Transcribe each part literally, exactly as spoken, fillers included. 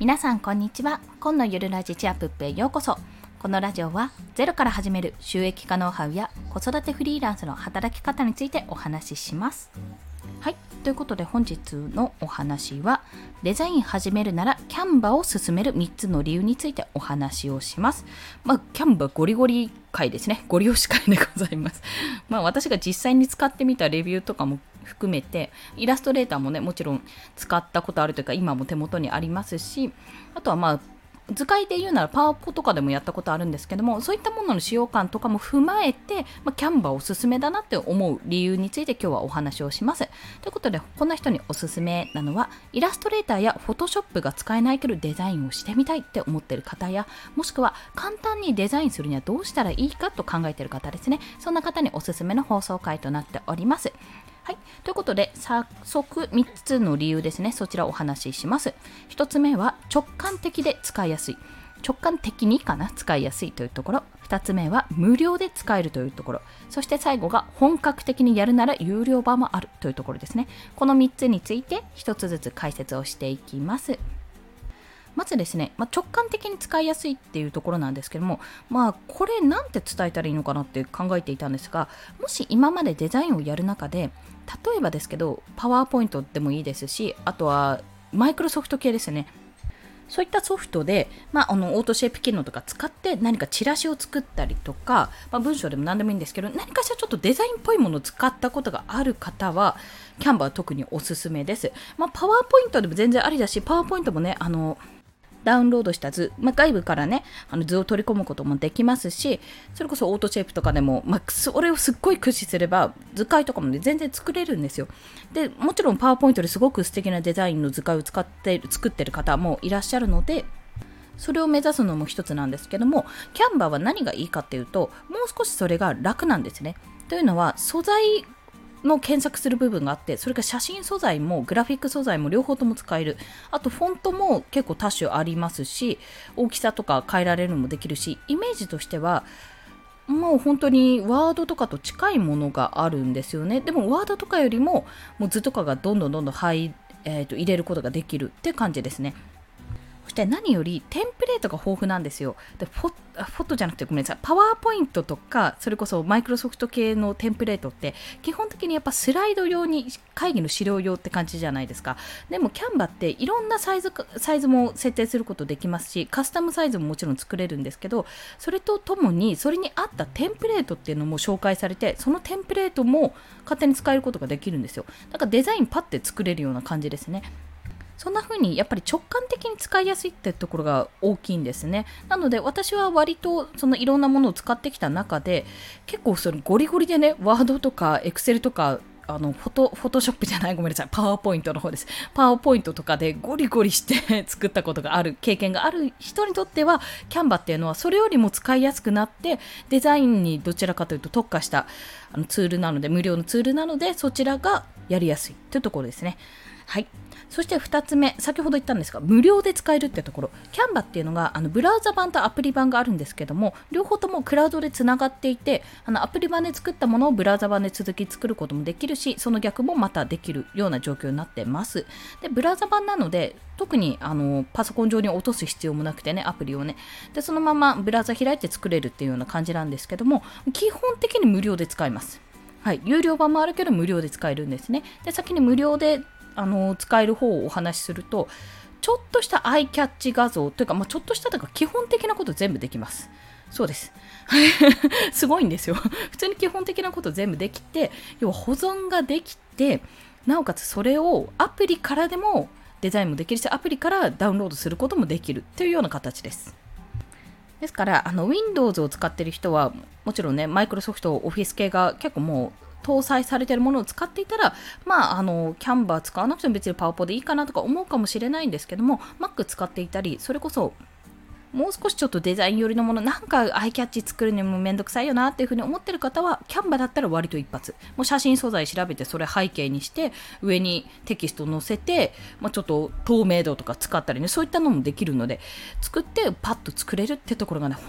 皆さんこんにちは。今のゆるラジチアップへようこそ。このラジオはゼロから始める収益化ノウハウや子育てフリーランスの働き方についてお話しします。はい、ということで本日のお話はデザイン始めるならキャンバを進めるみっつの理由についてお話をします。まあキャンバゴリゴリ回ですね。ゴリ押し回でございます。まあ私が実際に使ってみたレビューとかも含めてイラストレーターもねもちろん使ったことあるというか今も手元にありますし、あとはまあ図解で言うならパワポとかでもやったことあるんですけども、そういったものの使用感とかも踏まえて、まあ、キャンバーおすすめだなって思う理由について今日はお話をします。ということでこんな人におすすめなのはイラストレーターやフォトショップが使えないけどデザインをしてみたいって思っている方や、もしくは簡単にデザインするにはどうしたらいいかと考えている方ですね。そんな方におすすめの放送回となっております。はい、ということで早速みっつの理由ですね、そちらをお話しします。ひとつめは直感的で使いやすい、直感的にかな使いやすいというところ。ふたつめは無料で使えるというところ。そして最後が本格的にやるなら有料版もあるというところですね。このみっつについてひとつずつ解説をしていきます。まずですね、まあ、直感的に使いやすいっていうところなんですけども、まあこれなんて伝えたらいいのかなって考えていたんですが、もし今までデザインをやる中で、例えばですけどパワーポイントでもいいですし、あとはマイクロソフト系ですね、そういったソフトで、まあ、あのオートシェイプ機能とか使って何かチラシを作ったりとか、まあ、文章でも何でもいいんですけど、何かしらちょっとデザインっぽいものを使ったことがある方はキャンバーは特におすすめです。まあ、パワーポイントでも全然ありだし、パワーポイントもね、あのダウンロードした図、まあ、外部からねあの図を取り込むこともできますし、それこそオートシェイプとかでも、まあ、それをすっごい駆使すれば図解とかも、ね、全然作れるんですよ。でもちろんパワーポイントですごく素敵なデザインの図解を使って作ってる方もいらっしゃるので、それを目指すのも一つなんですけども、キャンバーは何がいいかっていうと、もう少しそれが楽なんですね。というのは素材の検索する部分があって、それが写真素材もグラフィック素材も両方とも使える。あとフォントも結構多種ありますし、大きさとか変えられるのもできるし、イメージとしてはもう本当にワードとかと近いものがあるんですよね。でもワードとかよりももう図とかがどんどんどんどん入、えーと、入れることができるって感じですね。そして何よりテンプレートが豊富なんですよ。でフォ、フォトじゃなくてごめんなさい、パワーポイントとかそれこそマイクロソフト系のテンプレートって基本的にやっぱスライド用に会議の資料用って感じじゃないですか。でもキャンバっていろんなサイズサイズも設定することできますし、カスタムサイズももちろん作れるんですけど、それとともにそれに合ったテンプレートっていうのも紹介されて、そのテンプレートも勝手に使えることができるんですよ。だからデザインパッて作れるような感じですね。そんな風にやっぱり直感的に使いやすいってところが大きいんですね。なので私は割とそのいろんなものを使ってきた中で、結構そのゴリゴリでね、ワードとかエクセルとかあのフォトフォトショップじゃないごめんなさいパワーポイントの方です。パワーポイントとかでゴリゴリして作ったことがある経験がある人にとっては、キャンバっていうのはそれよりも使いやすくなってデザインにどちらかというと特化したあのツールなので、無料のツールなのでそちらがやりやすいというところですね。はい。そしてふたつめ、先ほど言ったんですが無料で使えるってところ。キャンバっていうのがあのブラウザ版とアプリ版があるんですけども、両方ともクラウドでつながっていて、あのアプリ版で作ったものをブラウザ版で続き作ることもできるし、その逆もまたできるような状況になってます。でブラウザ版なので特にあのパソコン上に落とす必要もなくてね、アプリをね、でそのままブラウザ開いて作れるっていうような感じなんですけども、基本的に無料で使えます。はい、有料版もあるけど無料で使えるんですね。で先に無料であの使える方をお話しすると、ちょっとしたアイキャッチ画像というか、まあ、ちょっとしたというか基本的なこと全部できます。そうですすごいんですよ普通に基本的なこと全部できて、要は保存ができて、なおかつそれをアプリからでもデザインもできるし、アプリからダウンロードすることもできるというような形です。ですからあの Windows を使っている人はもちろんね、マイクロソフトオフィス系が結構もう搭載されているものを使っていたら、まあ、あのキャンバー使わなくても別にパワポでいいかなとか思うかもしれないんですけども、 Mac 使っていたり、それこそもう少しちょっとデザイン寄りのもの、なんかアイキャッチ作るにもめんどくさいよなっていうふうに思ってる方は、キャンバだったら割と一発、もう写真素材調べてそれ背景にして上にテキスト載せて、まあ、ちょっと透明度とか使ったりね、そういったのもできるので、作ってパッと作れるってところがね、本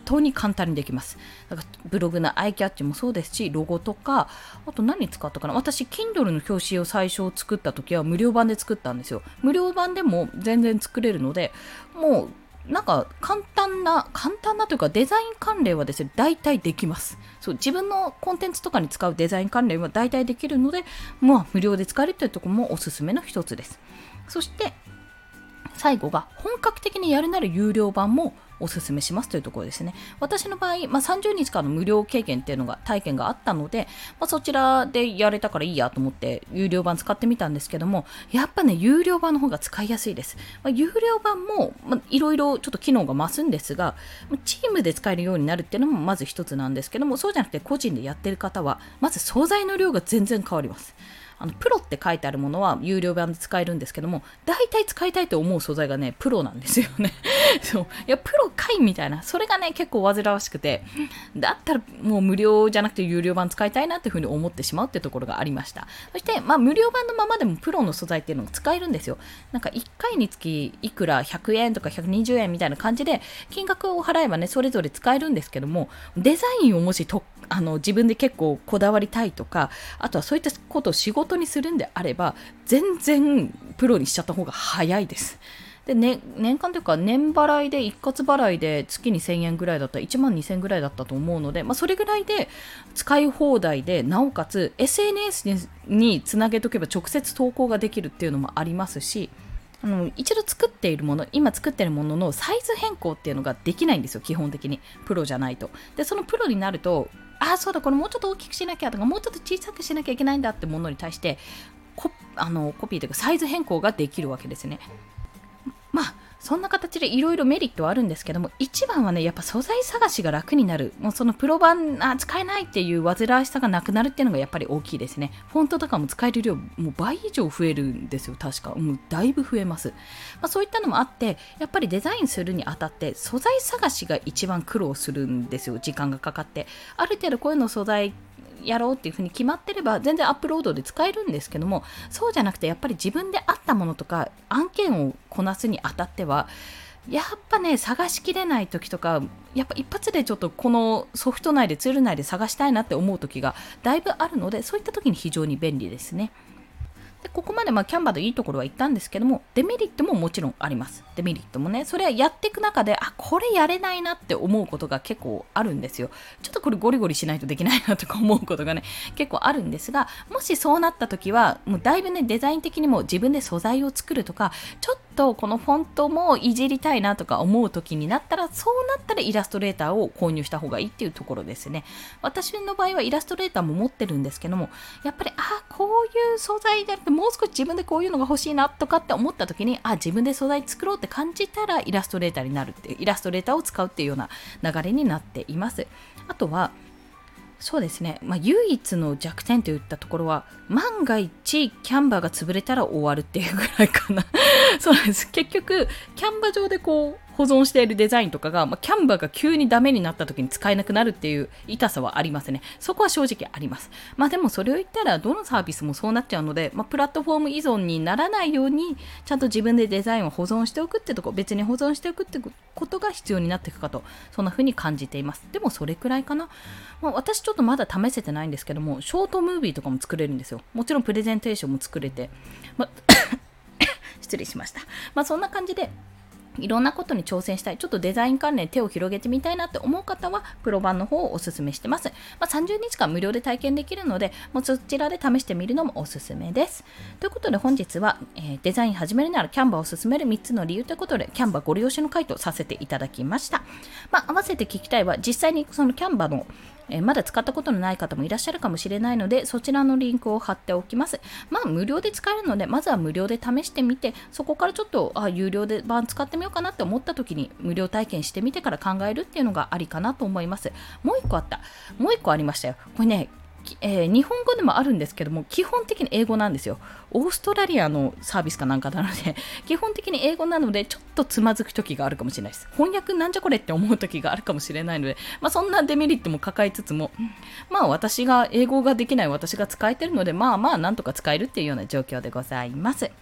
当に簡単にできます。だからブログのアイキャッチもそうですし、ロゴとか、あと何使ったかな、私 Kindle の表紙を最初作った時は無料版で作ったんですよ。無料版でも全然作れるので、もうなんか簡単な簡単なというかデザイン関連はですね大体できます。そう、自分のコンテンツとかに使うデザイン関連は大体できるので、まあ無料で使えるというところもおすすめの一つです。そして最後が本格的にやるなら有料版もおすすめしますというところですね。私の場合、まあ、さんじゅうにちかんの無料経験っていうのが体験があったので、まあ、そちらでやれたからいいやと思って有料版使ってみたんですけども、やっぱね有料版の方が使いやすいです。まあ、有料版もいろいろちょっと機能が増すんですが、チームで使えるようになるっていうのもまず一つなんですけども、そうじゃなくて個人でやってる方はまず素材の量が全然変わります。あのプロって書いてあるものは有料版で使えるんですけども、大体使いたいと思う素材がねプロなんですよね。そう、いやプロかいみたいな、それがね結構煩わしくて、だったらもう無料じゃなくて有料版使いたいなっていうふうに思ってしまうってところがありました。そしてまあ無料版のままでもプロの素材っていうのが使えるんですよ。なんかいっかいにつきいくらひゃくえんとかひゃくにじゅうえんみたいな感じで金額を払えばねそれぞれ使えるんですけども、デザインをもしとあの自分で結構こだわりたいとか、あとはそういったことを仕事にするんであれば全然プロにしちゃった方が早いです。で、ね、年間というか年払いで一括払いで月にせんえんぐらいだったらいちまんにせんえんぐらいだったと思うので、まあ、それぐらいで使い放題で、なおかつ エスエヌエス に, につなげとけば直接投稿ができるっていうのもありますし、あの一度作っているもの、今作っているもののサイズ変更っていうのができないんですよ、基本的にプロじゃないと。でそのプロになると、ああそうだこれもうちょっと大きくしなきゃとか、もうちょっと小さくしなきゃいけないんだってものに対してコあのコピーというかサイズ変更ができるわけですね。まあそんな形でいろいろメリットはあるんですけども、一番はねやっぱ素材探しが楽になる。もうそのプロ版あ使えないっていう煩わしさがなくなるっていうのがやっぱり大きいですね。フォントとかも使える量もう倍以上増えるんですよ。確かもうだいぶ増えます。まあ、そういったのもあってやっぱりデザインするにあたって素材探しが一番苦労するんですよ。時間がかかって、ある程度こういうの素材やろうっていう風に決まってれば全然アップロードで使えるんですけども、そうじゃなくてやっぱり自分で合ったものとか案件をこなすにあたってはやっぱね探しきれない時とか、やっぱ一発でちょっとこのソフト内でツール内で探したいなって思う時がだいぶあるので、そういった時に非常に便利ですね。でここまでまあキャンバーのいいところは言ったんですけども、デメリットももちろんあります。デメリットもね、それはやっていく中で、あこれやれないなって思うことが結構あるんですよ。ちょっとこれゴリゴリしないとできないなとか思うことがね結構あるんですが、もしそうなった時はもうだいぶねデザイン的にも自分で素材を作るとか、ちょっとこのフォントもいじりたいなとか思う時になったら、そうなったらイラストレーターを購入した方がいいっていうところですね。私の場合はイラストレーターも持ってるんですけども、やっぱりあこういう素材であってもう少し自分でこういうのが欲しいなとかって思った時に、あ自分で素材作ろうって感じたらイラストレーターになるっていう、イラストレーターを使うっていうような流れになっています。あとはそうですね、まあ、唯一の弱点といったところは、万が一キャンバーが潰れたら終わるっていうぐらいかな。そうなんです。結局キャンバ上でこう保存しているデザインとかが、まあ、キャンバーが急にダメになった時に使えなくなるっていう痛さはありますね。そこは正直あります。まあでもそれを言ったらどのサービスもそうなっちゃうので、まあ、プラットフォーム依存にならないようにちゃんと自分でデザインを保存しておくってとこ、別に保存しておくってことが必要になっていくかと、そんな風に感じています。でもそれくらいかな。まあ、私ちょっとまだ試せてないんですけども、ショートムービーとかも作れるんですよ。もちろんプレゼンテーションも作れて、まあ、失礼しました。まあそんな感じでいろんなことに挑戦したい、ちょっとデザイン関連手を広げてみたいなって思う方はプロ版の方をおすすめしてます。まあ、さんじゅうにちかん無料で体験できるので、もうそちらで試してみるのもおすすめです。ということで本日は、えー、デザイン始めるならキャンバーを勧めるみっつの理由ということで、キャンバーご利用しの回答させていただきました。まあ、合わせて聞きたいは、実際にそのキャンバーのえー、まだ使ったことのない方もいらっしゃるかもしれないので、そちらのリンクを貼っておきます。まあ無料で使えるので、まずは無料で試してみて、そこからちょっとあ有料で版使ってみようかなって思った時に無料体験してみてから考えるっていうのがありかなと思います。もう一個あったもう一個ありましたよ。これね、えー、日本語でもあるんですけども、基本的に英語なんですよ。オーストラリアのサービスかなんかなので基本的に英語なので、ちょっとつまずく時があるかもしれないです。翻訳なんじゃこれって思う時があるかもしれないので、まあ、そんなデメリットも抱えつつも、まあ私が英語ができない私が使えてるので、まあまあなんとか使えるっていうような状況でございます。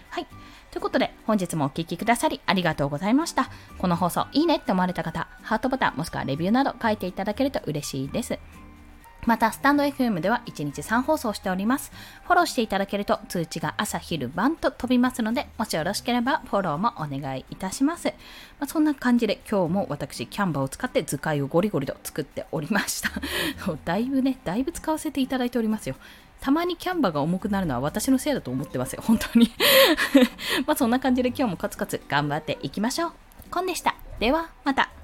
はい。ということで、本日もお聞きくださりありがとうございました。この放送いいねって思われた方、ハートボタンもしくはレビューなど書いていただけると嬉しいです。また、スタンド エフエム ではいちにちさん放送しております。フォローしていただけると通知が朝昼晩と飛びますので、もしよろしければフォローもお願いいたします。まあ、そんな感じで今日も私キャンバを使って図解をゴリゴリと作っておりましただいぶねだいぶ使わせていただいておりますよ。たまにキャンバが重くなるのは私のせいだと思ってますよ、本当にまあそんな感じで今日もコツコツ頑張っていきましょう。コンでした。ではまた。